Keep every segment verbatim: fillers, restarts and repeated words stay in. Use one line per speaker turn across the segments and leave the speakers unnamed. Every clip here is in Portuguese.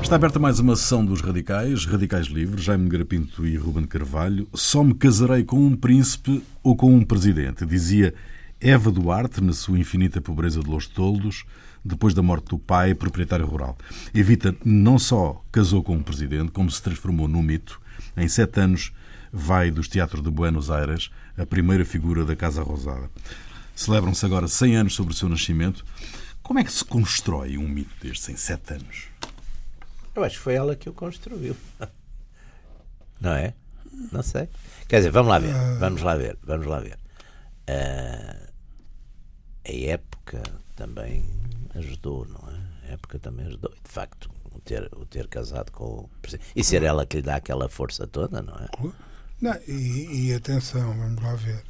Está aberta mais uma sessão dos Radicais, Radicais Livres, Jaime Nogueira Pinto e Ruben Carvalho. Só me casarei com um príncipe ou com um presidente, dizia Eva Duarte na sua infinita pobreza de Los Toldos, depois da morte do pai, proprietário rural. Evita não só casou com um presidente, como se transformou num mito. Em sete anos vai dos teatros de Buenos Aires a primeira figura da Casa Rosada. Celebram-se agora cem anos sobre o seu nascimento. Como é que se constrói um mito destes em sete anos?
Eu acho que foi ela que o construiu. Não é? Não sei. Quer dizer, vamos lá ver. Vamos lá ver. Vamos lá ver. Uh, a época também ajudou, não é? A época também ajudou. E, de facto, o ter, o ter casado com o presidente. E ser ela que lhe dá aquela força toda, não é?
Não, e, e atenção, vamos lá ver.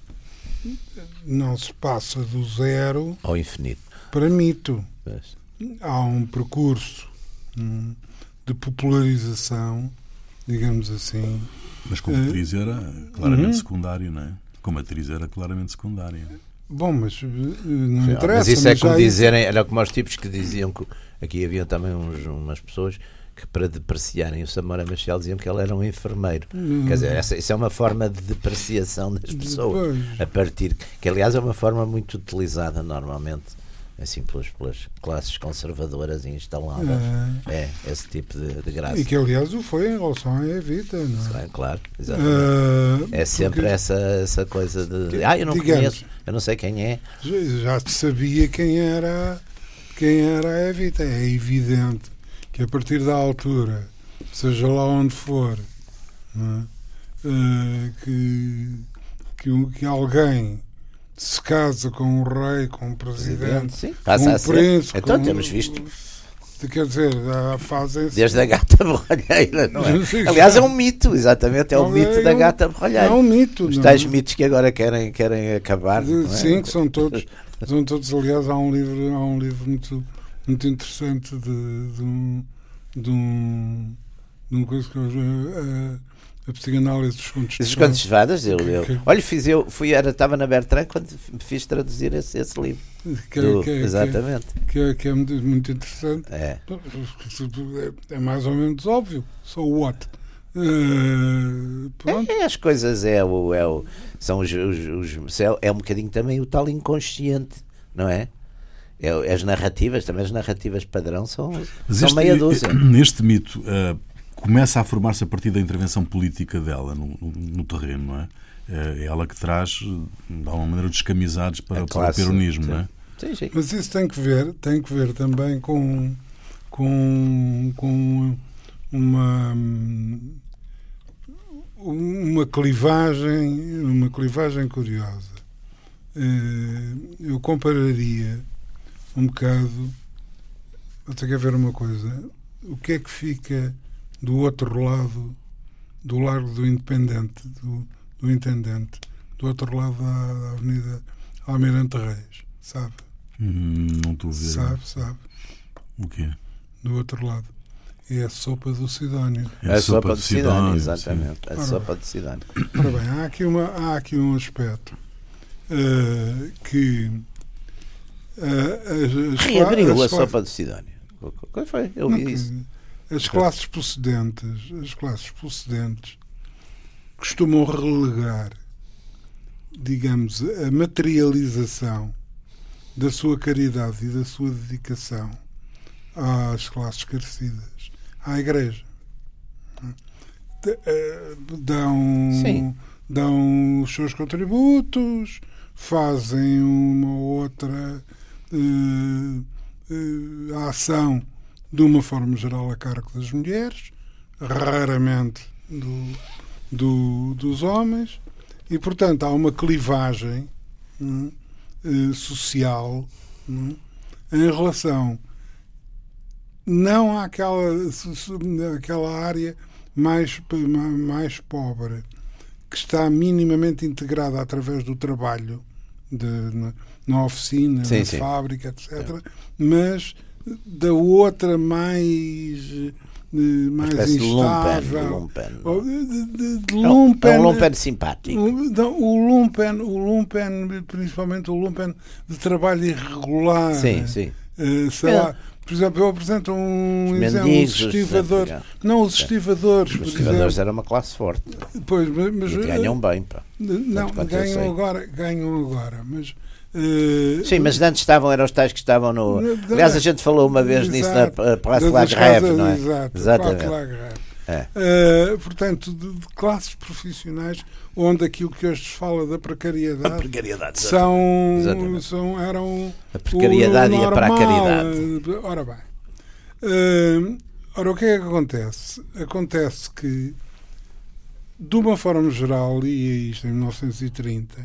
Não se passa do zero
ao infinito
para mito.
Pois.
Há um percurso hum, de popularização, digamos assim.
Mas como atriz era claramente uhum. secundário, não é? Como atriz era claramente secundária.
Bom, mas não
Sim,
interessa.
Mas isso é como dizerem,
isso...
era como os tipos que diziam que aqui havia também uns, umas pessoas que para depreciarem o Samora Machel diziam que ele era um enfermeiro. Hum. Quer dizer, essa, isso é uma forma de depreciação das pessoas. Depois. A partir que aliás é uma forma muito utilizada normalmente assim pelas, pelas classes conservadoras instaladas. É, é esse tipo de, de graça.
E que aliás o foi em relação à Evita, não é?
É claro, exatamente. Uh, é sempre
porque...
essa, essa coisa de
que,
ah, eu não
digamos,
conheço, eu não sei quem é.
Já se sabia quem era quem era a Evita. É evidente que a partir da altura, seja lá onde for, não é? uh, que, que, que alguém se casa com um rei, com um presidente,
sim,
com um príncipe.
Então
com,
temos visto.
Quer dizer, fazem
desde a gata borralheira, não é? Aliás, é um mito, exatamente, é o mito é da gata borralheira.
É um mito.
Os tais mitos que agora querem, querem acabar.
De, sim, é? que são todos, são todos, aliás, há um livro, há um livro muito, muito interessante de, de um de um de uma coisa que eu, a, a psicanálise dos contos
de fadas. Dos fadas, eu, eu. Que, olha, fiz eu, fui, era, estava na Bertrand quando fiz traduzir esse, esse livro.
Que,
do,
que,
exatamente.
Que é, que é muito, muito interessante.
É.
É mais ou menos óbvio. So what? Uh, pronto.
É, as coisas é o, é o, são os, os, os, é um bocadinho também o tal inconsciente, não é? É, as narrativas, também as narrativas padrão são, são este, meia dúzia.
Este mito uh, começa a formar-se a partir da intervenção política dela no, no, no terreno, não é? É ela que traz, de alguma maneira, descamisados para, para o peronismo, sim. Não é?
Sim, sim.
Mas isso tem que ver, tem que ver também com, com, com uma, uma clivagem, uma clivagem curiosa. Eu compararia um bocado, tem que haver uma coisa, o que é que fica do outro lado do Largo do Independente, do, do Intendente, do outro lado da, da Avenida Almirante Reis, sabe?
Hum, não estou a ver.
Sabe, sabe.
O quê?
Do outro lado. É a sopa do Sidónio.
É a, a sopa, sopa do Sidónio, Sidónio exatamente. Sim. A ora, sopa do Sidónio.
Ora bem, há aqui, uma, há aqui um aspecto uh, que
Uh, as, reabriu as a sopa de Sidónio. Qual foi? Eu vi
não,
isso.
As classes procedentes, as classes procedentes costumam relegar, digamos, a materialização da sua caridade e da sua dedicação às classes carecidas, à Igreja. Dão,
Sim.
dão os seus contributos, fazem uma ou outra Uh, uh, a ação de uma forma geral a cargo das mulheres, raramente do, do, dos homens, e portanto há uma clivagem uh, uh, social uh, em relação não àquela, àquela área mais, mais pobre que está minimamente integrada através do trabalho de, na, na oficina,
sim,
na
sim.
fábrica, etcétera. É. Mas da outra mais mais instável.
Lumpen,
de, de, de lumpen,
é um lumpen simpático.
O lumpen, o lumpen, principalmente o lumpen de trabalho irregular.
Sim, sim.
Uh, sei é. lá, Por exemplo, eu apresento um
Os
exemplo,
mendigos,
os
os-
estivadores. Não, os estivadores,
Os
por
estivadores
exemplo.
era uma classe forte.
Pois, mas, mas,
E ganham bem, pá.
Não,
Tanto quanto eu sei.
ganham agora, ganham agora, mas... eh,
Sim, mas antes estavam, eram os tais que estavam no... Aliás, a gente falou uma vez nisso na
Exato.
Place de
Das
la Grève,
casas-
não é?
Exato,
Exatamente.
Place de la Grève.
É.
Eh, portanto, de, de classes profissionais onde aquilo que hoje se fala da precariedade,
A precariedade.
são,
Exatamente.
são eram
A precariedade
o
e a
normal.
precariedade.
Ora bem, eh, ora o que é que acontece? Acontece que, de uma forma geral, e isto em mil novecentos e trinta,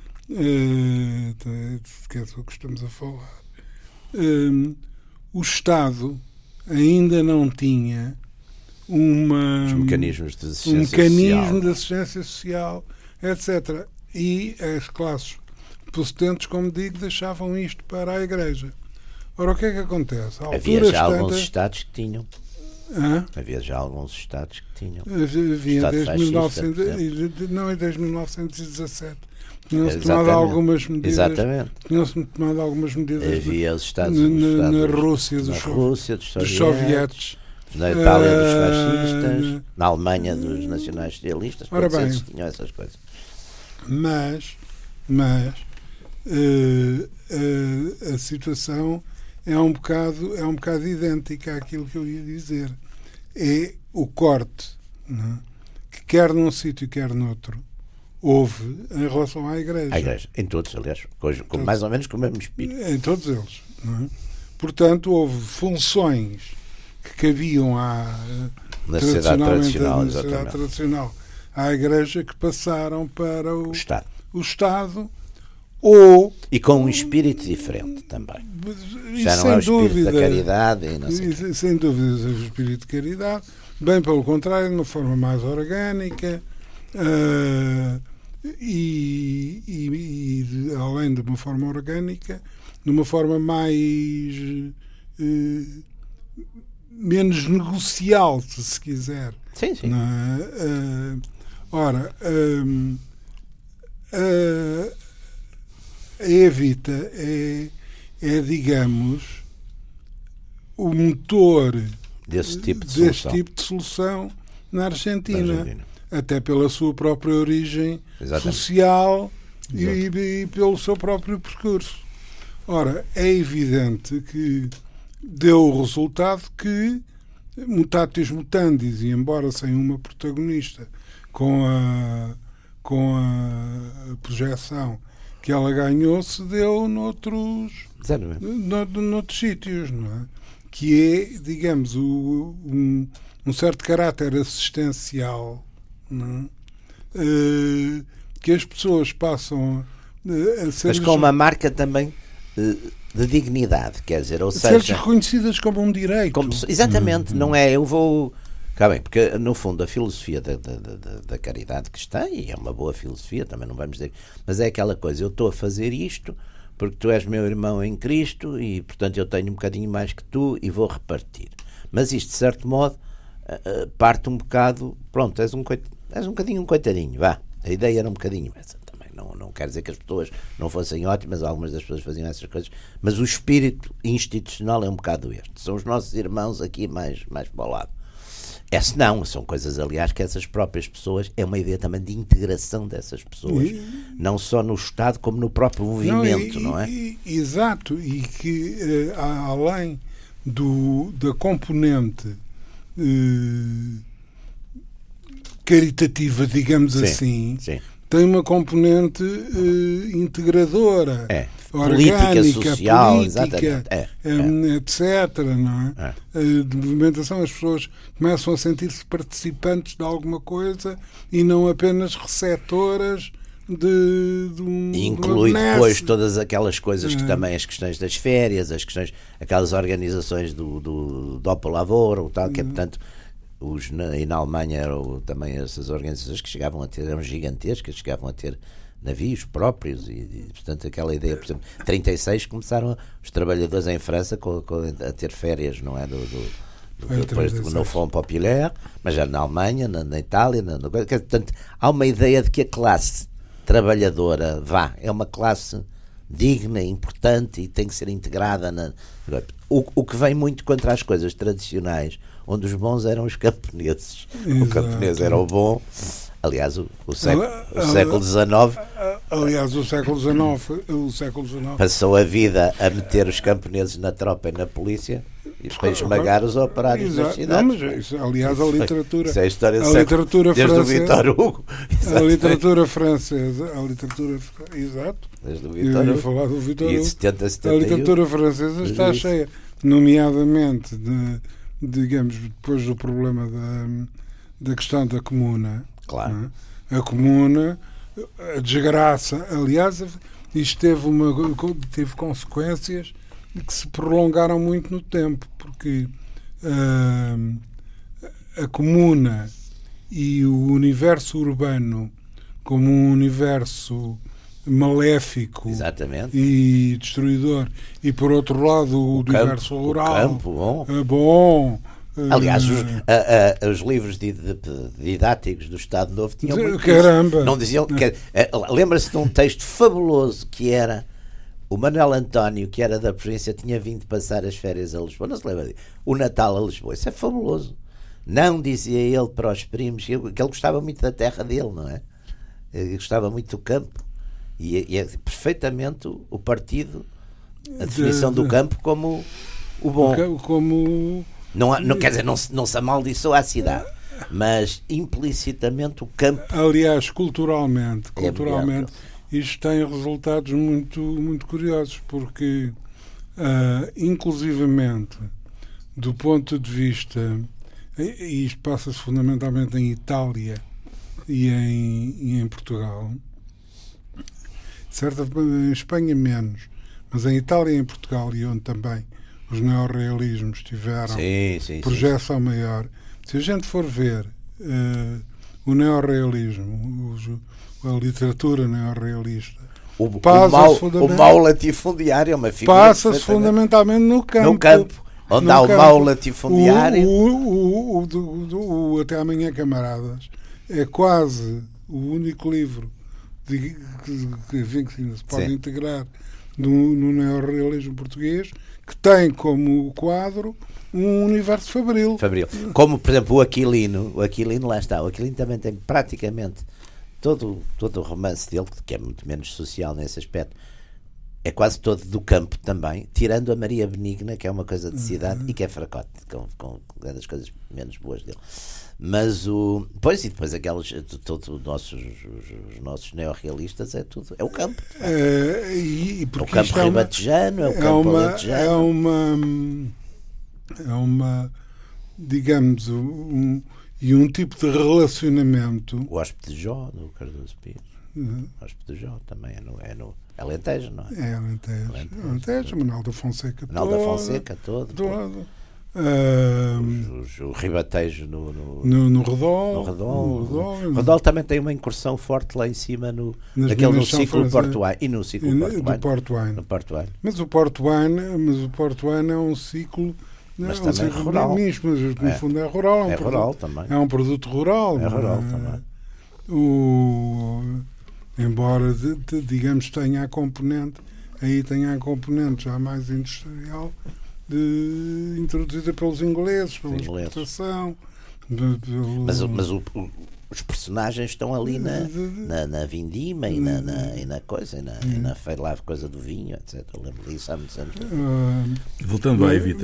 eh, que é do que estamos a falar, eh, o Estado ainda não tinha uma,
Os mecanismos de
um
assistência
mecanismo
social.
de assistência social, etcétera. E as classes potentes, como digo, deixavam isto para a Igreja. Ora, o que é que acontece? À
Havia
altura
já alguns
estanda-
Estados que tinham.
Hã?
Havia já alguns Estados que tinham.
Havia
Estado
desde
fascista,
mil e novecentos,
por
e- não, é desde mil novecentos e dezassete. Tinham-se
Exatamente.
tomado algumas medidas.
Exatamente.
Tinham-se tomado algumas medidas
Havia os Estados
na,
Unidos.
na, na Rússia dos,
na
so-
Rússia, dos
dos
soviéticos,
sovietes.
na Itália dos
Eh,
fascistas, na Alemanha dos nacionais socialistas,
Ora
todos
bem.
eles tinham essas coisas.
Mas, mas eh, eh, a situação é um bocado é um bocado idêntica àquilo que eu ia dizer. É o corte, não é? Que quer num sítio quer noutro houve em relação à Igreja.
A Igreja, em todos, aliás, com, com
Todos.
mais ou menos com o mesmo espírito.
Em todos eles, não é? Portanto, houve funções que cabiam à
Na sociedade
tradicionalmente,
tradicional,
na sociedade
exatamente.
tradicional à Igreja, que passaram para o,
O Estado.
o Estado, ou
E com um espírito diferente também.
e
Já não
sem
é o espírito
dúvida,
da caridade e não sei o quê.
e, sem dúvida o espírito de caridade, bem pelo contrário, de uma forma mais orgânica, ah, e, e- e de- além de uma forma orgânica, de uma forma mais eh, menos negocial, se se quiser.
Sim, sim.
Não é? Ah, ora, hum, a, a Evita é, é, digamos, o motor
Desse tipo de
deste
solução.
tipo de solução na Argentina,
Na Argentina.
até pela sua própria origem
Exatamente.
social e,
Exato.
e pelo seu próprio percurso. Ora, é evidente que deu o resultado que, mutatis mutandis, e embora sem uma protagonista, com a, com a projeção que ela ganhou, se deu noutros,
Exatamente.
no, noutros sítios, não é? Que é, digamos, o, um, um certo caráter assistencial, não é? Eh, que as pessoas passam eh, a ser,
Mas com uma marca também eh, de dignidade, quer dizer, ou
a ser
seja,
reconhecidas como um direito.
como se- exatamente, não é eu vou. Cá bem, porque no fundo a filosofia da, da, da, da caridade que está, e é uma boa filosofia, também não vamos dizer, mas é aquela coisa, eu estou a fazer isto porque tu és meu irmão em Cristo e portanto eu tenho um bocadinho mais que tu e vou repartir. Mas isto de certo modo eh, eh, parte um bocado, pronto, és um, coit, és um bocadinho um coitadinho, vá, a ideia era um bocadinho essa também, não, não quer dizer que as pessoas não fossem ótimas, algumas das pessoas faziam essas coisas, mas o espírito institucional é um bocado este, são os nossos irmãos aqui mais, mais para o lado. Essa não, são coisas, aliás, que essas próprias pessoas, é uma ideia também de integração dessas pessoas,
E-
não só no Estado, como no próprio movimento, não,
e-
é?
e- exato, e que eh, a- além do, da componente eh, caritativa, digamos
Sim,
assim,
sim.
tem uma componente eh, integradora,
É,
orgânica,
política, social,
política,
exatamente. É,
eh, etc. Não é?
É.
Eh, de movimentação, as pessoas começam a sentir-se participantes de alguma coisa e não apenas receptoras de, de um.
E
de uma
inclui
benesse.
depois todas aquelas coisas que
É.
também, as questões das férias, as questões, aquelas organizações do, do Doppellavoro, tal, que é, portanto, os, na, e na Alemanha eram também essas organizações que chegavam a ter, eram gigantescas, chegavam a ter navios próprios e, e portanto aquela ideia, por exemplo, trinta e seis começaram os trabalhadores em França com, com, a ter férias, não é, do, do, do
Foi em
depois
trinta e
do
seis.
no Front Populaire, mas já na Alemanha, na, na Itália, na, no, portanto há uma ideia de que a classe trabalhadora, vá, é uma classe digna, importante e tem que ser integrada na... o, o que vem muito contra as coisas tradicionais, onde os bons eram os camponeses. Exato. O camponês era o bom. Aliás, o, o, século, o século dezenove...
Aliás, o século dezenove, o século dezenove
passou a vida a meter os camponeses na tropa e na polícia e para esmagar os operários das cidades.
Não, mas isso, aliás, a literatura...
Isso é a história do
a
século,
literatura
desde
francesa,
o Victor Hugo.
A literatura francesa, a literatura... Exato.
Desde o Victor
Eu ia
Hugo.
falar do Victor
E
Hugo.
setenta, setenta
A literatura francesa está
isso.
cheia, nomeadamente, de, digamos, depois do problema da, da questão da comuna.
Claro.
É? A comuna, a desgraça, aliás, isto teve, uma, teve consequências que se prolongaram muito no tempo, porque uh, a comuna e o universo urbano como um universo maléfico.
Exatamente.
E destruidor, e por outro lado o, o universo
campo,
rural,
o campo, bom.
É bom.
Aliás, os, a, a, os livros de, de, de, didáticos do Estado Novo tinham muito
Caramba.
Isso. Não diziam que, lembra-se de um texto fabuloso que era o Manuel António, que era da província, tinha vindo passar as férias a Lisboa. Não se lembra disso? O Natal a Lisboa. Isso é fabuloso. Não, dizia ele para os primos, que ele gostava muito da terra dele, não é? Ele gostava muito do campo. E, e é perfeitamente o, o partido, a definição do campo como o bom.
Como...
Não, não, quer dizer, não se, não se amaldiçoa a cidade, mas implicitamente o campo.
Aliás, culturalmente, culturalmente é isto tem resultados muito, muito curiosos, porque, uh, inclusivamente, do ponto de vista, e isto passa-se fundamentalmente em Itália e em, e em Portugal, certo, em Espanha menos, mas em Itália e em Portugal, e onde também os neorrealismos tiveram
sim, sim,
projeção
sim.
maior. Se a gente for ver uh, o neorrealismo, os, a literatura neorrealista,
o, o, mau, o mau latifundiário é uma figura
passa-se fundamentalmente no campo.
No campo, onde
no
há
campo.
o mau latifundiário.
O, o, o, do, do, o Até Amanhã, Camaradas, é quase o único livro de, que, que, que se pode sim. integrar no, no neorrealismo português, que tem como quadro um universo fabril.
fabril. Como, por exemplo, o Aquilino. O Aquilino, lá está. O Aquilino também tem praticamente todo, todo o romance dele, que é muito menos social nesse aspecto, é quase todo do campo também, tirando a Maria Benigna, que é uma coisa de cidade, uhum. e que é fracote, com, com, é das coisas menos boas dele. Mas o... Pois, e depois aqueles... Todos os nossos, os, os nossos neorrealistas é tudo... É o campo.
É, e, e
é o campo
é
ribatejano, é o
é
campo
uma,
alentejano.
É uma... É uma... Digamos... Um, e um tipo de relacionamento...
O Hóspede de Jó, do Cardoso Pires. Uhum. O Hóspede de Jó também é no... É no Alentejo, não é?
É Alentejo. Alentejo, Alentejo Manuel da Fonseca
Manuel
todo.
da Fonseca todo.
todo. Uh,
os, os, o ribatejo no, no,
no, no Redol.
No Redol.
No Redol,
o Redol também tem uma incursão forte lá em cima no, naquele, no ciclo Porto Wine. E no ciclo
do Porto Wine.
No Porto Wine.
Mas o Porto Wine, mas o Porto Wine é um ciclo.
Mas
é um
também
ciclo
rural.
Nisso, mas no
é.
fundo é rural. É, um
é
produto,
rural também.
É um produto rural.
É rural
é?
também.
O, embora, de, de, digamos, tenha a componente, aí tenha a componente já mais industrial, de, introduzida pelos ingleses, pela ingleses. exportação. De, pelo...
Mas, mas o, o, os personagens estão ali na, na, na vindima e na, na, e na coisa, e na, e na feira lá, coisa do vinho, etcétera. Eu lembro disso há muitos anos.
Uh,
Voltando à Evita.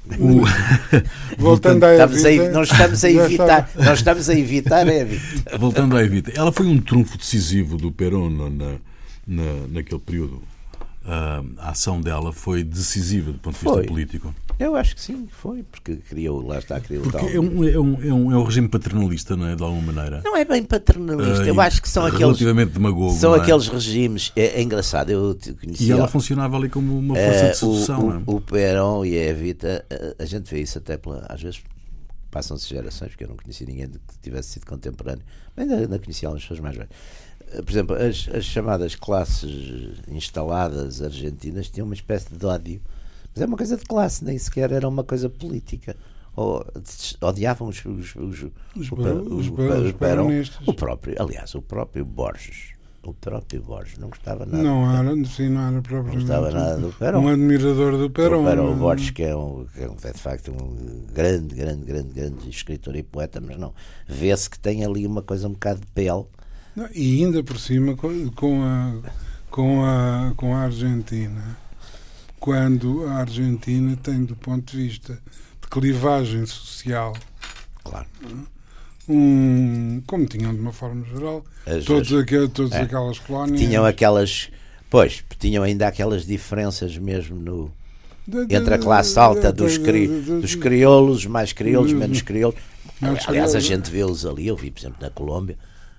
O... Voltando à
estamos
Evita.
A, não estamos a evitar, nós estamos a evitar a Evita.
Voltando à Evita. Ela foi um trunfo decisivo do Perón na, na, naquele período. Uh, a ação dela foi decisiva do ponto de vista
foi.
político.
Eu acho que sim, foi, porque criou, lá está, criou
porque
tal.
É um, é, um, é, um, é um regime paternalista, não é? De alguma maneira.
Não é bem paternalista, uh, eu acho que são aqueles.
Relativamente demagogo.
São
é?
aqueles regimes. É, é engraçado, eu conhecia.
E ela funcionava ali como uma força uh, de sedução,
o,
não é?
O, o Perón e a Evita, a, a gente vê isso até pela. Às vezes passam-se gerações, porque eu não conhecia ninguém que tivesse sido contemporâneo, mas ainda, ainda conhecia algumas pessoas mais velhas. Por exemplo, as, as chamadas classes instaladas argentinas tinham uma espécie de ódio. Mas é uma coisa de classe, nem sequer era uma coisa política. Ou, odiavam os, os, os,
os,
o,
os,
o,
os,
o, o, o próprio, aliás, o próprio Borges. O próprio Borges não gostava nada.
Não era, sim, não era propriamente.
Não gostava nada do Perón.
Um admirador do Perón.
O Perón, o Borges, que é, um, que é de facto um grande, grande, grande, grande escritor e poeta, mas não. Vê-se que tem ali uma coisa um bocado de pele.
Não, e ainda por cima com, com, a, com, a, com a Argentina, quando a Argentina tem, do ponto de vista de clivagem social,
claro,
um, como tinham de uma forma geral,
as,
todos
as,
aquel, todas
é,
aquelas colónias.
Tinham aquelas. Pois, tinham ainda aquelas diferenças mesmo no,
de, de,
entre a classe alta
de,
dos,
de,
cri,
de, de,
dos crioulos, mais crioulos, menos crioulos.
Mais
Aliás,
crioulos,
a gente vê-los ali, eu vi, por exemplo, na Colômbia,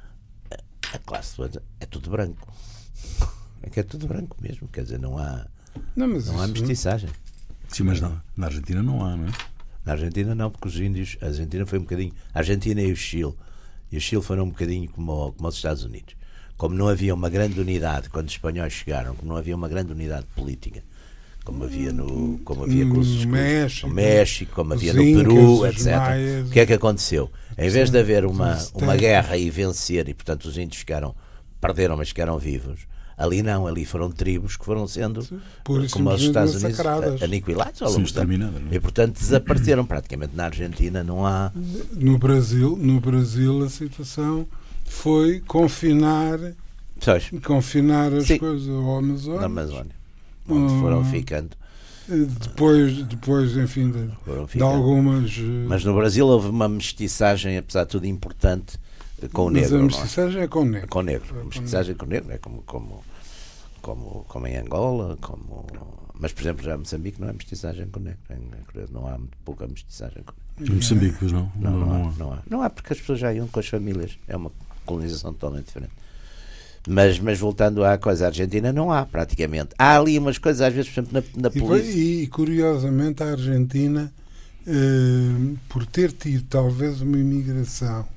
a classe toda é tudo branco. É que é tudo branco mesmo, quer dizer, não há,
não, mas
não há
isso,
mestiçagem.
Sim, mas não, na Argentina não há, não é?
Na Argentina não, porque os índios, a Argentina foi um bocadinho, a Argentina e o Chile, e o Chile foram um bocadinho como, como os Estados Unidos. Como não havia uma grande unidade, quando os espanhóis chegaram, como não havia uma grande unidade política, como havia no, como havia com os,
no México,
no México, como havia
os
no
Incas,
Peru,
os
etcétera.
Maias,
O que é que aconteceu? Em vez de haver uma,
os
uma guerra e vencer, e portanto os índios ficaram, perderam, mas ficaram vivos, ali não, ali foram tribos que foram sendo,
sim, pura e
como os Estados Unidos,
massacradas.
aniquilados ao
Sim,
longo do tempo.
exterminadas, não é?
E portanto desapareceram praticamente. Na Argentina não há.
No Brasil, no Brasil a situação foi confinar,
Pois,
confinar as
sim,
coisas ao Amazonas.
na Amazónia, onde
Ah,
foram ficando.
Depois, depois enfim, de,
Foram
de
ficando.
algumas. eh,
Mas no Brasil houve uma mestiçagem, apesar de tudo, importante com o
mas
negro.
a
não é?
mestiçagem é com o negro.
Com o negro.
É
A
com
mestiçagem com o negro é como, como, como, como em Angola, como... mas por exemplo já em Moçambique não há mestiçagem com o negro. Em- Não há muito pouca mestiçagem com o negro.
Em Moçambique, pois não?
Não, não, há, não há. Não há porque as pessoas já iam com as famílias. É uma colonização totalmente diferente. Mas, mas voltando à coisa, a Argentina não há praticamente. Há ali umas coisas, às vezes, por exemplo, na, na
E, foi-
polícia.
e, curiosamente a Argentina, eh, por ter tido talvez uma imigração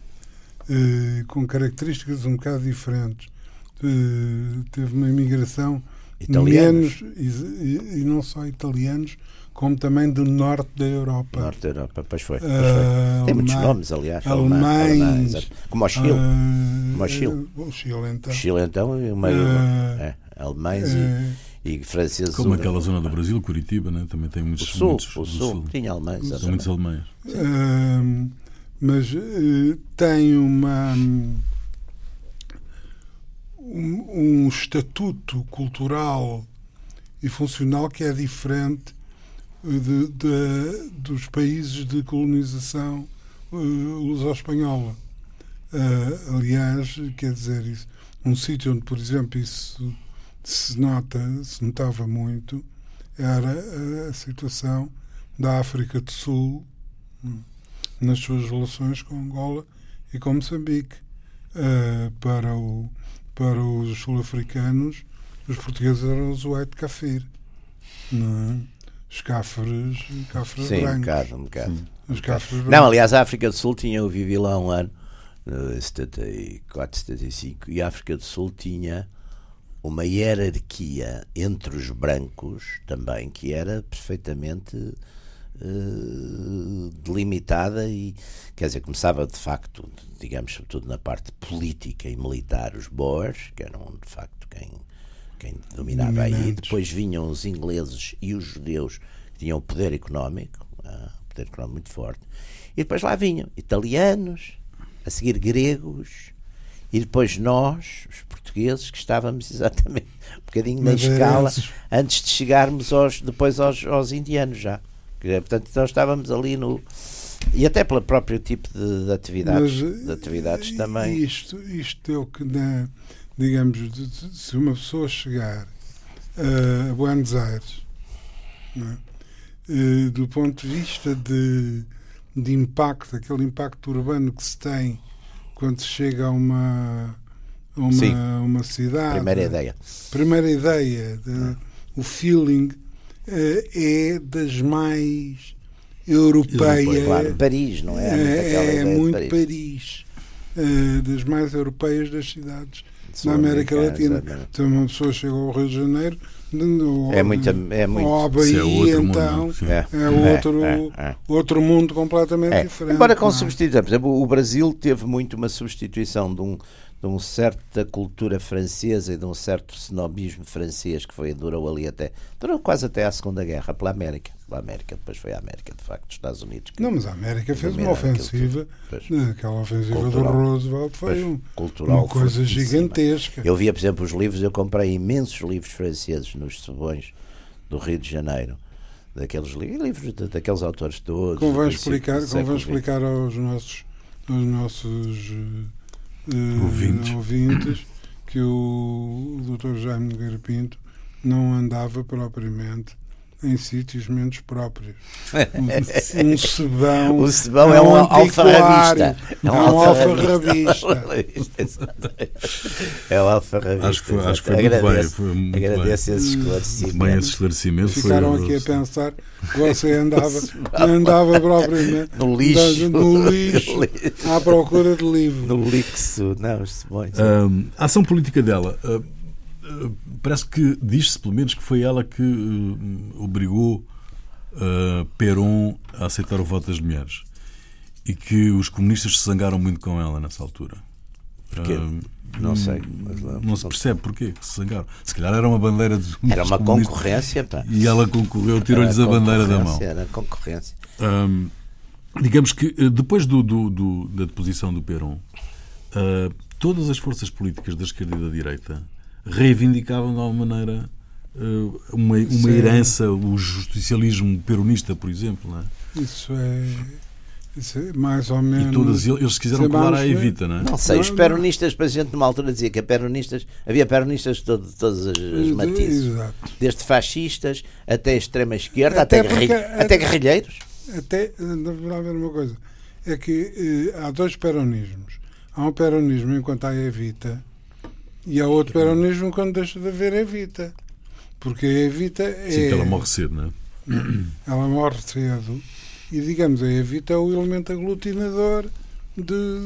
eh, com características um bocado diferentes, eh, teve uma imigração
Italianos.
menos, e, e- e não só italianos, como também do norte da Europa.
Norte da Europa, pois foi. Pois
Ah,
foi. Tem muitos
alemã-
nomes, aliás.
alemães,
alemã, exato. Como o Chile.
Ah,
Como o Chile.
o Chile, então.
O Chile, então, é uma,
Ah,
é, alemães
eh,
e, e franceses.
Como
o-
aquela zona do Brasil, Curitiba, né? Também tem
O
muitos.
sul,
muitos
o
do
sul, tinha alemães.
São
exatamente.
muitos alemães.
Ahm, mas eh, tem uma um, um estatuto cultural e funcional que é diferente de, de- dos países de colonização uh, luso-espanhola. Ah, aliás, quer dizer, isso, um sítio onde, por exemplo, isso se nota, se notava muito, era a situação da África do Sul nas suas relações com Angola e com Moçambique. Uh, para, o, para os sul-africanos, os portugueses eram os white kafir, não é? Os cáferes, cáferes
Sim, um
brancos.
bocado, um bocado.
Os cáferes
Não,
brancos.
aliás, a África do Sul tinha, eu vivi lá um ano, em setenta e quatro, setenta e cinco, e a África do Sul tinha uma hierarquia entre os brancos também, que era perfeitamente eh, delimitada e, quer dizer, começava de facto, digamos, sobretudo na parte política e militar, os Boers, que eram de facto quem, quem dominava aí,
Dominantes.
depois vinham os ingleses e os judeus, que tinham o poder económico, ah, poder económico muito forte, e depois lá vinham italianos, a seguir gregos, e depois nós, os portugueses, que estávamos exatamente um bocadinho na escala
Madeirenses.
antes de chegarmos aos, depois aos, aos indianos já. Que, portanto, nós estávamos ali no... E até pelo próprio tipo de, de atividades,
Mas,
de atividades
eh,
também.
Isto, isto é o que, na, digamos, de- de- se uma pessoa chegar a Buenos Aires, não é? Eh, do ponto de vista de, de impacto, aquele impacto urbano que se tem quando se chega a uma, a
Sim.
uma, uma cidade.
Primeira ideia.
Primeira ideia, de- o feeling eh, é das mais europeias.
Claro, Paris, não é? Há muito aquela
É, é
ideia de
muito
Paris.
Paris, eh, das mais europeias das cidades na
Sul-americanas,
América Latina.
exatamente.
Então uma pessoa chega ao Rio de Janeiro, ou,
É muito- é muito-
ou à
Isso é
Bahia,
outro mundo,
então
sim.
É,
é outro,
é, é.
outro mundo completamente
É,
diferente.
embora com
não é?
substituição, por exemplo, o Brasil teve muito uma substituição de um, de um certa cultura francesa e de um certo snobismo francês que foi durou ali até durou quase até à Segunda Guerra pela América, pela América depois foi a América de facto, os Estados Unidos. Que
não, mas a América fez uma
dominaram aquilo
ofensiva,
tudo.
aquela ofensiva
Cultural.
do Roosevelt foi
Pois,
um-
cultural
uma coisa
fortíssima.
gigantesca.
Eu via, por exemplo, os livros, eu comprei imensos livros franceses nos Sobões do Rio de Janeiro, daqueles li- livros de- daqueles autores todos.
Convém
do princípio
explicar,
do
convém
século vinte.
explicar aos nossos, aos nossos eh,
Ouvintes.
ouvintes que o, o doutor Jaime Nogueira Pinto não andava propriamente em sítios menos próprios. Um, um sebão.
O Sebão é um
antiquário,
alfarrabista.
É um alfarrabista.
É o alfarrabista.
Acho que foi, acho que foi muito bem.
Agradeço,
Foi muito
agradeço
bem.
esse
Bem,
esclarecimento.
esse esclarecimento
Ficaram
foi.
aqui a pensar que você andava, não andava propriamente
No lixo.
no lixo, à procura de livro.
No lixo, não, os Sebões.
Hum, a ação política dela, hum, hum, parece que diz-se pelo menos que foi ela que hum, obrigou hum, Perón a aceitar o voto das mulheres e que os comunistas se zangaram muito com ela nessa altura.
Porquê?
Hum,
Não sei. Mas não,
Não se percebe porquê que se zangaram. Se calhar era uma bandeira dos
Era uma
comunistas
concorrência, pá.
e ela concorreu, tirou-lhes
Era
a bandeira da mão.
concorrência, Era concorrência.
Hum, digamos que eh, depois do, do- do- da deposição do Perón, eh, todas as forças políticas da esquerda e da direita reivindicavam de alguma maneira eh, uma, uma
Sim.
herança, o justicialismo peronista, por exemplo. Não é?
Isso é, isso é mais ou menos.
E todas eles eles quiseram
Sim,
colar
vamos
à
ver.
Evita, não é?
Não sei,
Não,
os
não.
peronistas, para a gente numa altura dizia que a peronistas, havia peronistas de todo, todas as, as matizes,
Exato.
desde fascistas até a extrema-esquerda,
Até
até,
porque-
guerri- até guerrilheiros.
Até, deverá haver uma coisa, é que eh, há dois peronismos. Há um peronismo enquanto há Evita e há outro peronismo quando deixa de haver Evita. Porque a Evita é.
Sim, que ela morre cedo, não é?
Ela morre cedo e, digamos, a Evita é o elemento aglutinador de,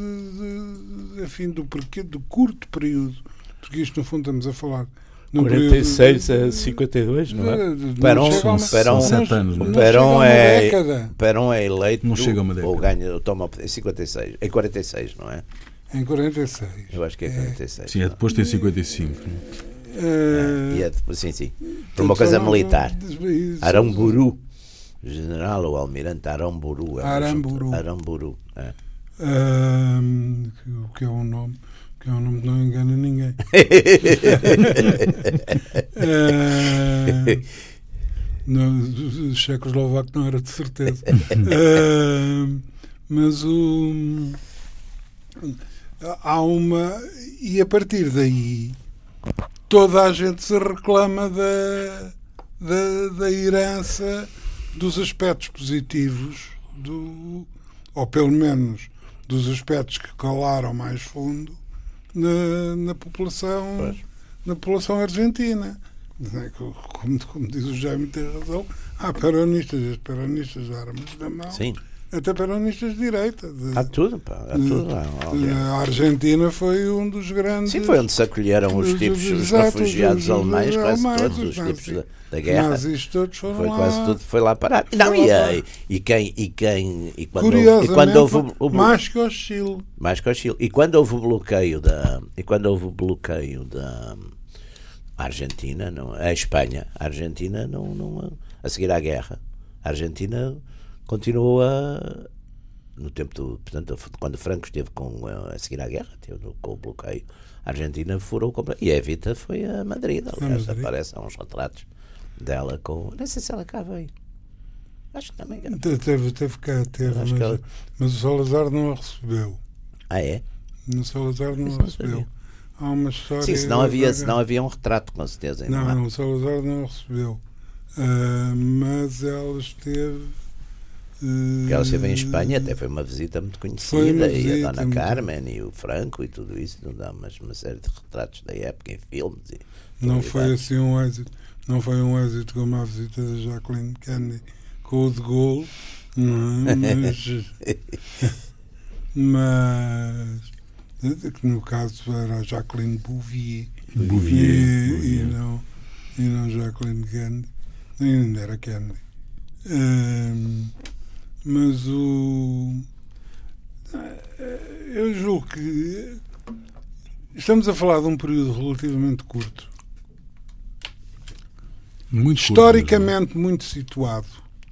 de, de, enfim, do, porquê, do curto período. Porque isto, no fundo, estamos a falar. num
quarenta e seis
período
a cinquenta e dois, não é?
de- de-
Perón-
não chega a uma-
são
Perón-
não-
sete anos, não
não
é?
chega a
Perón
uma
é,
década.
Perón é eleito
Não chega a uma
ou
década.
ganha, ou toma em cinquenta e seis, em quarenta e seis, não é?
Em quarenta e seis.
Eu acho que é quarenta e seis.
Sim, é depois tem cinquenta e cinco.
Eh,
E é depois, sim, sim. Por uma coisa militar. Aramburu. General ou Almirante Aramburu. É um
Aramburu.
assunto- Aramburu. É.
Ahm, que- o que é um nome que é um nome que não engana ninguém. Ah, no, Checoslovaco não era de certeza. Ah, mas o há uma e a partir daí toda a gente se reclama da, da, da herança dos aspectos positivos do, ou pelo menos dos aspectos que calaram mais fundo na, na população
Pois.
na população argentina. Como, como diz o Jaime, tem razão, há peronistas e peronistas de armas na mão,
Sim.
até peronistas de direita. De,
Há tudo, pá. Há tudo. Há, há-
a Argentina foi um dos grandes.
Sim, foi onde se acolheram os
Os-
tipos,
os-
os
exato,
refugiados
os- os
alemães, quase
alemães,
todos
os
os
nazis.
tipos da, da guerra.
Nazis todos foram
Foi
lá.
quase tudo, foi lá parar.
Foi
Não,
lá
e,
parar.
aí, e quem, e quem, e quando houve, e
Curiosamente,
quando houve o, o,
mais que o Chile.
mais que o Chile. E quando houve o bloqueio da, e quando houve o bloqueio da Argentina, não, a Espanha, a Argentina não, não, a seguir à guerra, a Argentina continuou a, no tempo do, portanto, quando Franco esteve com a, a seguir à guerra, teve com o bloqueio, a Argentina furou completamente. E a Evita foi a Madrid, aliás,
Madrid.
aparecem uns retratos dela com, não sei se ela cá veio. Acho que também.
Te- Teve, teve cá, teve,
Acho
mas,
que ela-
mas o Salazar não a recebeu.
Ah, é?
O Salazar não
Isso
a
não
recebeu.
sabia.
Há uma história.
Sim, senão havia, senão havia um retrato, com certeza. Ainda
Não,
lá.
não, o Salazar não a recebeu. Ah, mas ela esteve. ah,
Ela esteve em Espanha, até foi uma visita muito
Foi
conhecida,
uma
e
visita
a Dona
muito-
Carmen e o Franco e tudo isso, não dá, mas uma série de retratos da época em filmes. E
Não foi
publicidades.
assim um êxito. Não foi um êxito como a visita da Jacqueline Kennedy com o de Gaulle, não é? mas, mas que no caso era a Jacqueline Bouvier,
Bouvier,
e,
Bouvier.
e não, e não Jacqueline Kennedy, nem ainda era Kennedy. Ahm, mas o eu julgo que estamos a falar de um período relativamente curto,
Muito
historicamente muito situado.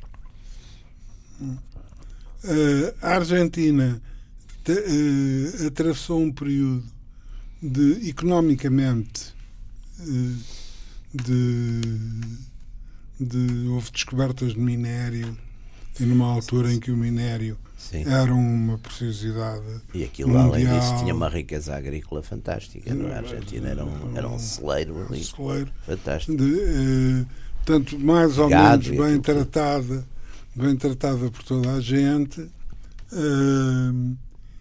A Argentina te, uh, atravessou um período de, economicamente, uh, de, de, houve descobertas de minério, e numa altura em que o minério
Sim.
era uma preciosidade
E aquilo,
mundial.
além disso, tinha uma riqueza agrícola fantástica. Não? A Argentina era um, era um celeiro
um
ali.
celeiro
Fantástico.
de, uh, tanto mais ou
Gado
menos
e
bem
aquilo tudo.
tratada, bem tratada por toda a gente, uh,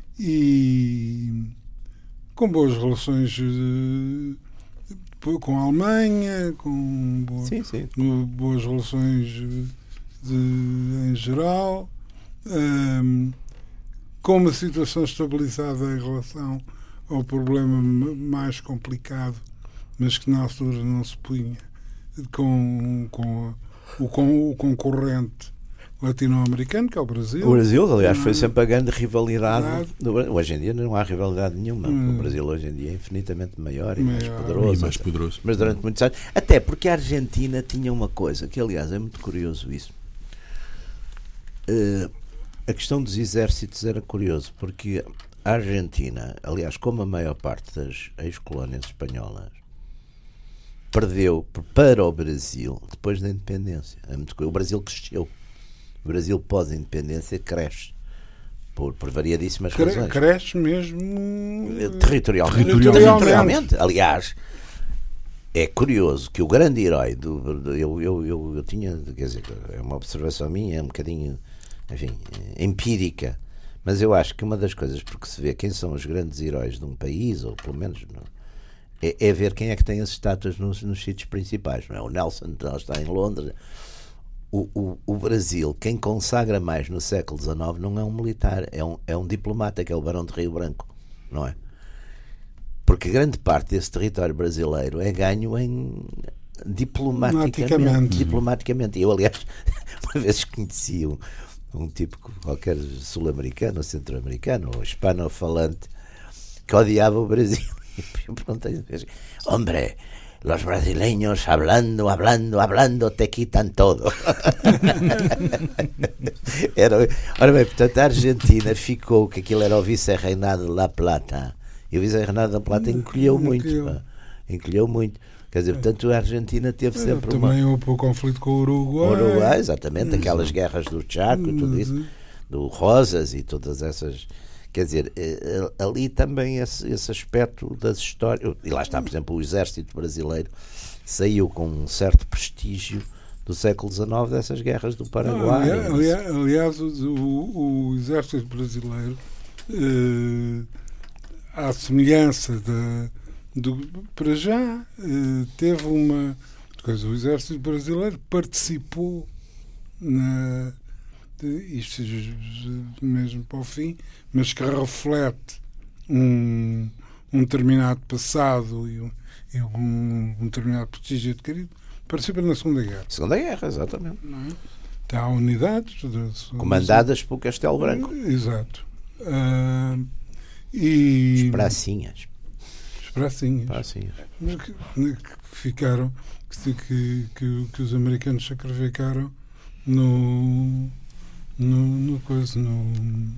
e com boas relações uh, com a Alemanha, com boa,
Sim, sim.
boas relações de, em geral, uh, com uma situação estabilizada em relação ao problema mais complicado, mas que na altura não se punha, com, com, o, com o concorrente latino-americano, que é o Brasil.
O Brasil, aliás, foi
Ah,
sempre a grande rivalidade.
verdade.
do Brasil. Hoje em dia não há rivalidade nenhuma.
Hum.
O Brasil hoje em dia é infinitamente maior e mais
Maior.
poderoso.
E mais poderoso.
Mas durante muitos anos. Até porque a Argentina tinha uma coisa, que aliás é muito curioso isso. Uh, a questão dos exércitos era curioso, porque a Argentina, aliás, como a maior parte das ex-colónias espanholas, perdeu para o Brasil depois da independência. É muito curioso. O Brasil cresceu. O Brasil pós-independência cresce por, por variadíssimas
Cre-
razões.
Cresce mesmo
Territorialmente.
Territorialmente.
Territorialmente. Aliás, é curioso que o grande herói do, do eu, eu, eu, eu tinha, quer dizer, é uma observação minha, é um bocadinho, enfim, empírica, mas eu acho que uma das coisas porque se vê quem são os grandes heróis de um país, ou pelo menos não, é, é ver quem é que tem as estátuas nos, nos sítios principais, não é? O Nelson está em Londres. O, o, o Brasil, quem consagra mais no século dezenove não é um militar, é um, é um diplomata, que é o Barão de Rio Branco, não é? Porque grande parte desse território brasileiro é ganho em diplomaticamente.
Diplomaticamente.
diplomaticamente. Eu, aliás, uma vez conheci um, um tipo qualquer sul-americano, ou centro-americano, ou hispano-falante, que odiava o Brasil. E eu perguntei, hombre, los brasileños hablando, hablando, hablando, te quitan todo. Era, ora bem, portanto, a Argentina ficou, que aquilo era o vice-reinado de La Plata, e o vice-reinado de La Plata encolheu muito, pá, encolheu muito. Quer dizer, portanto, a Argentina teve sempre uma...
Também houve o conflito com o Uruguai.
O Uruguai, exatamente, aquelas guerras do Chaco e tudo isso, do Rosas e todas essas... Quer dizer, ali também esse, esse aspecto das histórias... E lá está, por exemplo, o exército brasileiro saiu com um certo prestígio do século dezenove dessas guerras do Paraguai.
Ah, aliás, aliás, o, o, o exército brasileiro, eh, à semelhança da, do, para já, eh, teve uma coisa. O exército brasileiro participou na... isto mesmo para o fim, mas que reflete um, um determinado passado e um, e um, um determinado prestígio adquirido, participa na Segunda Guerra.
Segunda Guerra, exatamente.
Não é? Então, há unidades de,
comandadas por Castelo Branco.
Exato. Uh, e
As pracinhas.
As pracinhas.
pracinhas.
Que, que ficaram, que, que, que, que os americanos sacrificaram no No, no, coisa, no,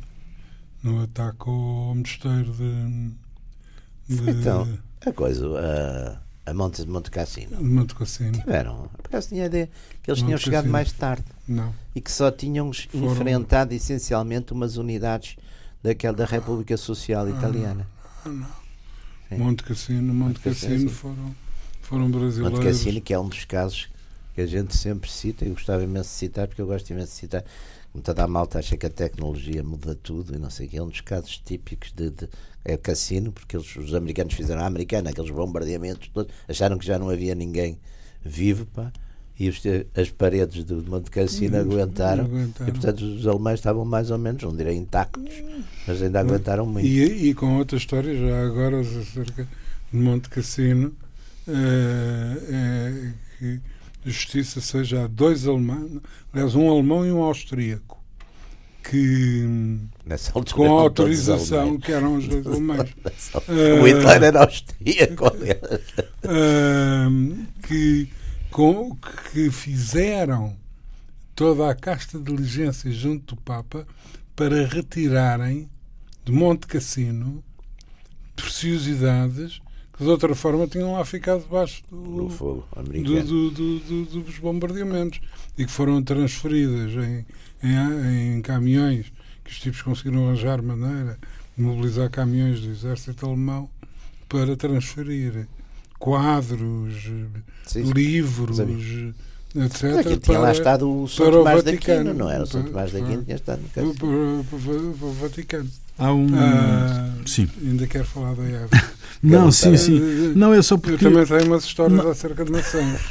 no ataque ao mosteiro de, de
então, a coisa, a, a Monte, Monte Cassino.
de Monte Cassino.
Tiveram, por acaso tinha a ideia que eles
Monte
tinham chegado
Cassino.
mais tarde.
Não.
E que só tinham
Foram...
enfrentado essencialmente umas unidades daquela da República Social
ah,
Italiana.
Não, não.
Sim.
Monte Cassino, Monte,
Monte Cassino,
Cassino
sim.
foram, foram brasileiros.
Monte Cassino, que é um dos casos que a gente sempre cita, e gostava imenso de citar, porque eu gosto imenso de citar. Toda a malta acha que a tecnologia muda tudo e não sei o que. É um dos casos típicos de, de é Cassino, porque eles, os americanos fizeram a americana, aqueles bombardeamentos todos, acharam que já não havia ninguém vivo, pá, e os, as paredes do Monte Cassino
Hum,
aguentaram,
aguentaram.
e portanto os alemães estavam mais ou menos, não direi intactos, mas ainda aguentaram muito.
E, e com outra história, já agora, acerca de Monte Cassino, é, é que a justiça seja a dois alemães, aliás, um alemão e um austríaco, que
Nessa altura
com a
eram todos
autorização,
alemães.
que eram os dois alemães,
O Hitler era austríaco, aliás.
uh, que, com, que fizeram toda a casta de diligências junto do Papa para retirarem de Monte Cassino preciosidades que de outra forma tinham lá ficado debaixo do,
No fogo
do,
americano.
do, do, do, dos bombardeamentos e que foram transferidas em, em, em caminhões, que os tipos conseguiram arranjar maneira de mobilizar caminhões do exército alemão para transferir quadros,
Sim, sim.
livros,
Sabia.
etcétera.
Aqui tinha lá
para-
estado o São
para o
Tomás da
Vaticano.
Aquino, não era? O São
Para-
Tomás da Aquino tinha estado no
para,
caso.
para, para- para o Vaticano.
Há um.
Ah,
Sim.
Ainda quero falar da Eva.
Não, sim, sim. Não, é só
Eu
porque.
também tenho umas histórias acerca de maçãs.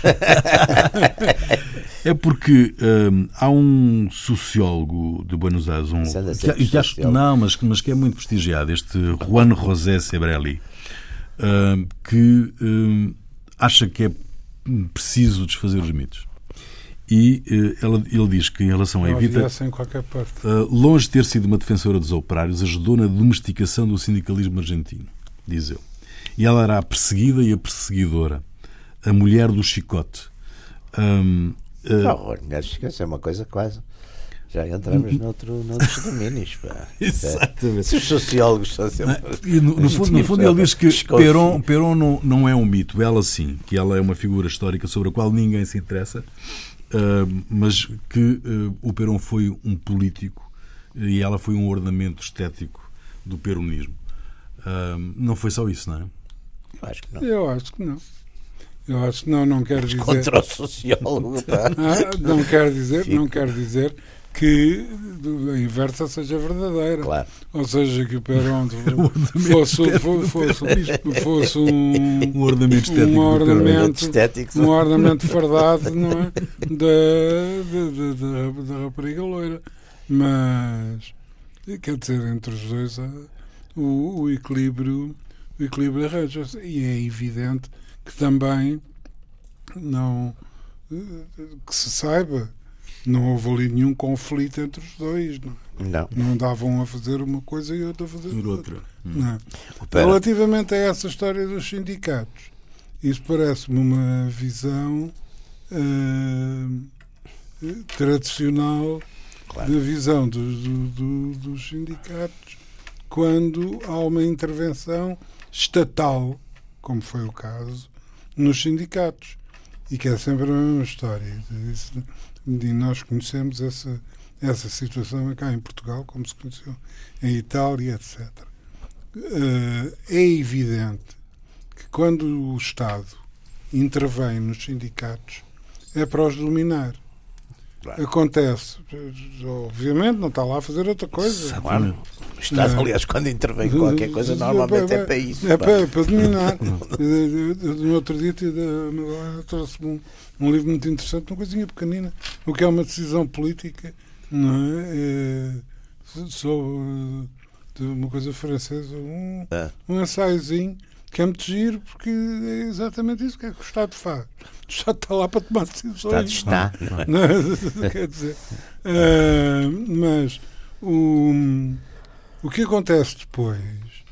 É porque hum, há um sociólogo de Buenos Aires, um,
Isso anda a
que,
ser
e que acho,
sociólogo.
não, mas, que- mas que é muito prestigiado, este Juan José Sebrelli, hum, que hum, acha que é preciso desfazer os mitos. E eh, ela- ele diz que, em relação à
Não
Evita,
havia essa em qualquer parte.
Uh, longe de ter sido uma defensora dos operários, ajudou na domesticação do sindicalismo argentino, diz ele. E ela era a perseguida e a perseguidora, a mulher do chicote. Um, uh,
Não, as mulheres esquecem, é uma coisa quase. Já entramos noutro, noutros domínios. Pá.
Exatamente.
Se os sociólogos são sempre.
E no, no fundo, no fundo ele diz que
Desconfio.
Perón, Perón não, não é um mito, ela sim, que ela é uma figura histórica sobre a qual ninguém se interessa, uh, mas que uh, o Perón foi um político e ela foi um ornamento estético do peronismo. Uh, não foi só isso, não é?
Eu acho que não.
Eu acho que não. Eu acho que não, não quero dizer.
Contra o sociólogo. Pá.
Ah, não quero dizer,
Fico.
não quero dizer que a inversa seja verdadeira.
Claro.
Ou seja, que o Perón
ornamento
fosse,
estético do
fosse, fosse, fosse um,
Um ornamento estético
um
do
ornamento,
peronismo.
Estético.
um ornamento fardado, não é? Da, da, da, da, da rapariga loira. Mas, quer dizer, entre os dois há o, o equilíbrio, o equilíbrio arranja-se. E é evidente que também não, que se saiba, não houve ali nenhum conflito entre os dois, não,
Não.
não davam a fazer uma coisa e outra a fazer
Por
outra.
outra.
Não.
Pera.
Relativamente a essa história dos sindicatos, isso parece-me uma visão ah, tradicional
Claro.
da visão dos, do- do- dos sindicatos quando há uma intervenção estatal, como foi o caso, nos sindicatos. E que é sempre a mesma história. Isso- E nós conhecemos essa, essa situação cá em Portugal, como se conheceu em Itália, etcétera. Eh, é evidente que quando o Estado intervém nos sindicatos é para os dominar.
Claro.
Acontece, obviamente, não está lá a fazer outra coisa.
Claro. O Estado,
É.
aliás, quando intervém em qualquer coisa, normalmente é para isso.
É
pá.
para, para dominar. No outro dia tive- trouxe-me um, um livro muito interessante, uma coisinha pequenina, o que é uma decisão política, não é? É sobre de uma coisa francesa, um,
Ah.
um ensaiozinho que é muito giro, porque é exatamente isso que é que o Estado faz. O Estado está lá para tomar decisões.
O Estado está. Não é?
Não, quer dizer, ah, mas o, o que acontece depois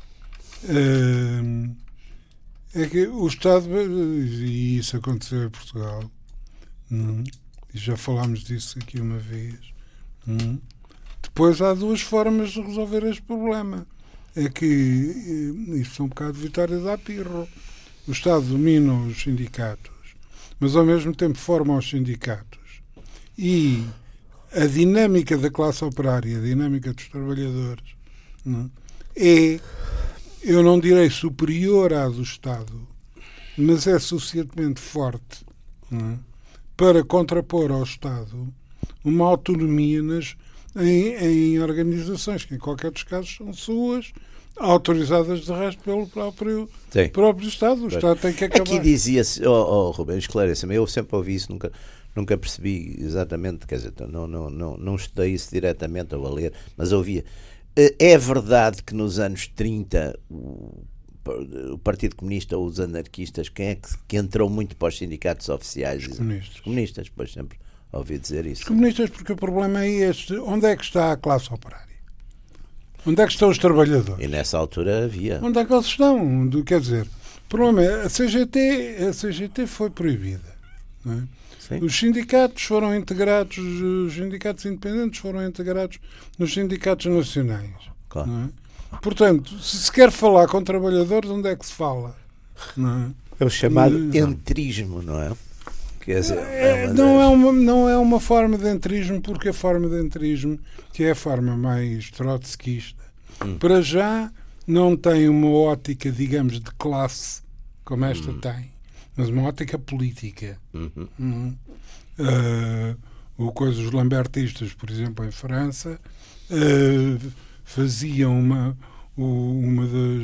ah, é que o Estado, e isso aconteceu em Portugal, hum, e já falámos disso aqui uma vez, hum, depois há duas formas de resolver este problema. É que eh, isto são um bocado de vitórias à pirro. O Estado domina os sindicatos, mas ao mesmo tempo forma os sindicatos. E a dinâmica da classe operária, a dinâmica dos trabalhadores, não é? é, eu não direi superior à do Estado, mas é suficientemente forte, não é? Para contrapor ao Estado uma autonomia nas, em, em organizações que, em qualquer dos casos, são suas, autorizadas de resto pelo próprio,
Sim.
próprio Estado. O Estado tem que acabar.
Aqui dizia-se, oh, oh Rubens, esclareça-me, eu sempre ouvi isso, nunca, nunca percebi exatamente, quer dizer, não, não, não, não estudei isso diretamente ou a ler, mas ouvia. É verdade que nos anos trinta o, o Partido Comunista ou os anarquistas, quem é que, que entrou muito para os sindicatos oficiais?
Os comunistas.
Os comunistas, pois sempre. ouvi dizer isso.
Os comunistas, porque o problema é este. Onde é que está a classe operária? Onde é que estão os trabalhadores?
E nessa altura havia.
Onde é que eles estão? Quer dizer, o problema é a C G T, a C G T foi proibida. Não é?
Sim.
Os sindicatos foram integrados, os sindicatos independentes foram integrados nos sindicatos nacionais.
Claro.
Não é? Portanto, se se quer falar com trabalhadores, onde é que se fala? Não é?
É o chamado
Uh,
entrismo, não é? Quer dizer,
É,
é uma
não,
das-
é uma, não é uma forma de entrismo, porque a forma de entrismo, que é a forma mais trotskista,
Hum.
para já não tem uma ótica, digamos, de classe, como esta tem, mas uma ótica política.
Uhum.
Uhum. Uh, o coisa, os lambertistas, por exemplo, em França, uh, faziam uma, o- uma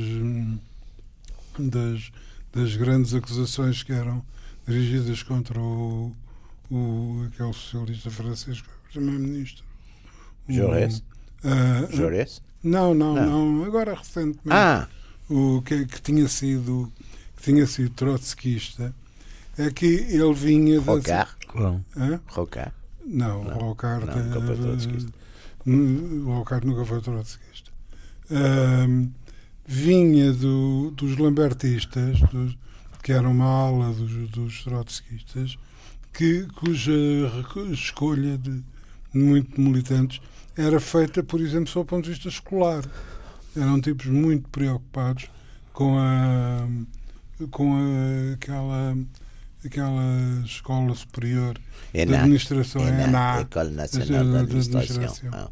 das, das, das grandes acusações que eram dirigidas contra o, o aquele socialista francês, que é o primeiro-ministro. O-
Jaurès?
uh,
Jaurès?
Não, não,
Não.
não, agora recentemente.
Ah,
O que, que tinha sido que tinha sido trotskista é que ele vinha da-
Rocard.
Claro.
Hã?
Rocard.
Não,
Não,
o Rocard
não, nunca foi trotskista.
o Rocard nunca foi trotskista. Ahm, vinha do, dos lambertistas, dos, que era uma ala dos, dos trotskistas, que, cuja reco- escolha de muito militantes era feita, por exemplo, sob o ponto de vista escolar. Eram tipos muito preocupados com a com a, aquela aquela escola superior de
ENA.
administração,
ENA,
ENA,
École
de-
Nationale
de
d'Administration.
administração.
Ah,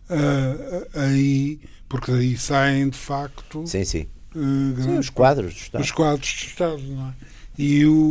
Ah, ah, aí, porque daí saem de facto
sim, sim.
eh,
Sim,
grandes-
os quadros do Estado.
os quadros de Estado, não é? E o,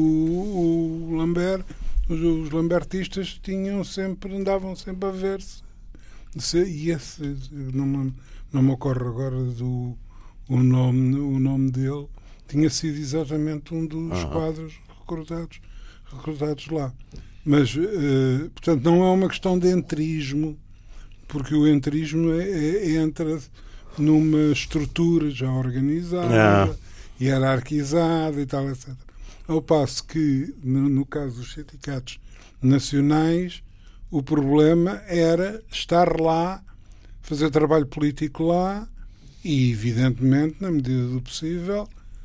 o Lambert, os, os lambertistas tinham sempre, andavam sempre a ver-se. Se, e esse, não me, não me ocorre agora do, o, nome, o nome dele, tinha sido exatamente um dos
Aham.
quadros recrutados, recrutados lá. Mas, eh, portanto, não é uma questão de entrismo, porque o entrismo é, é, entra numa estrutura já organizada,
Ah.
hierarquizada e tal, etcétera. Ao passo que, no, no caso dos sindicatos nacionais, o problema era estar lá, fazer trabalho político lá e, evidentemente, na medida do possível,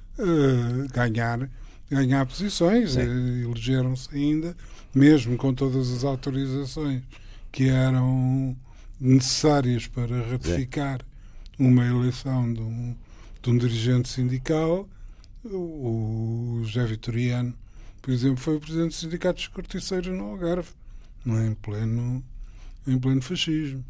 eh, ganhar, ganhar posições.
Sim.
Eh, elegeram-se ainda, mesmo com todas as autorizações que eram necessárias para ratificar uma eleição de um, de um dirigente sindical. O José Vitoriano, por exemplo, foi o presidente do Sindicato dos Corticeiros no Algarve, não é? em pleno, em pleno fascismo.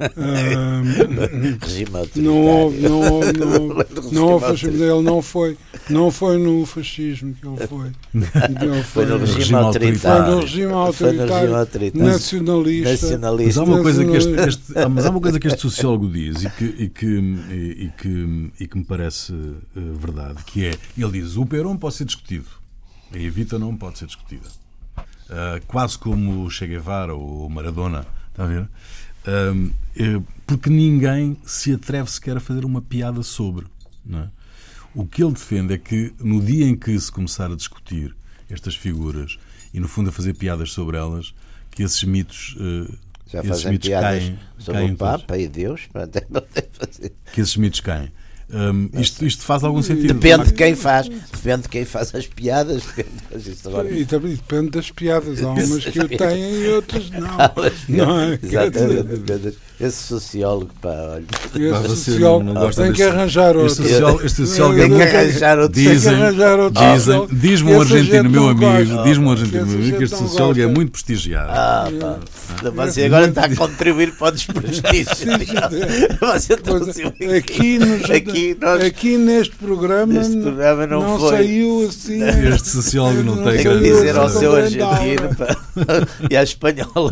Ahm,
Regime autoritário.
não houve, não houve, não houve,
Regime
não houve fascismo.
autoritário.
Ele não foi, não foi no fascismo que ele foi. Ele
Foi no regime
regime
foi
autoritário.
no regime
Foi no
autoritário,
regime autoritário.
nacionalista.
Mas
Nacionalista.
há uma coisa que este,
Nacional-
este- ah, mas há uma coisa que este sociólogo diz e que, e que, e, e que, e que me parece eh, verdade, que é, ele diz, o Perón pode ser discutido, a Evita não pode ser discutida. Ah, quase como o Che Guevara ou o Maradona, está a ver? Ah, eh, porque ninguém se atreve sequer a fazer uma piada sobre, não é? O que ele defende é que no dia em que se começar a discutir estas figuras e no fundo a fazer piadas sobre elas, que esses mitos eh,
Já
esses
fazem
mitos
piadas
caem,
sobre
caem
o
todos.
Papa e Deus. Pronto, não tem que fazer.
Que esses mitos caem. Hum, isto, isto faz algum sentido.
Depende de
facto.
quem faz. Depende de quem faz as piadas. Depende de isto agora.
E também depende das piadas. Há umas que o têm e outras não.
Elas-
Não é? Quer dizer,
Exatamente. depende. Esse sociólogo, pá, olha.
esse
Mas você
sociólogo
não gosta
tem que
deste-
arranjar outro.
Este sociólogo, este sociólogo
Tem
é
que
muito-
arranjar outro.
Tem que
Dizem,
arranjar outro
dizem,
sociólogo.
diz-me um
Essa
argentino,
gente
meu
não
amigo,
gosta.
diz-me um argentino,
Essa
meu amigo, que este
gente não
sociólogo é
gosta.
muito prestigiado.
Ah, pá. Você agora está a contribuir para o desprestígio. Você está a
Pois,
contribuir.
aqui, nos-
Aqui nós-
aqui neste programa,
Neste programa não foi.
saiu assim.
Este sociólogo não tem
Tenho que
grande-
dizer ao
Não
seu
grande
argentino,
aura.
pá, e à espanhola.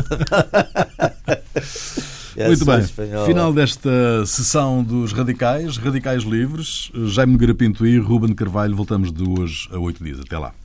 E à
Muito
sua
bem,
espanhola.
final desta sessão dos Radicais, Radicais Livres, Jaime Garapinto e Ruben Carvalho, voltamos de hoje a oito dias. Até lá.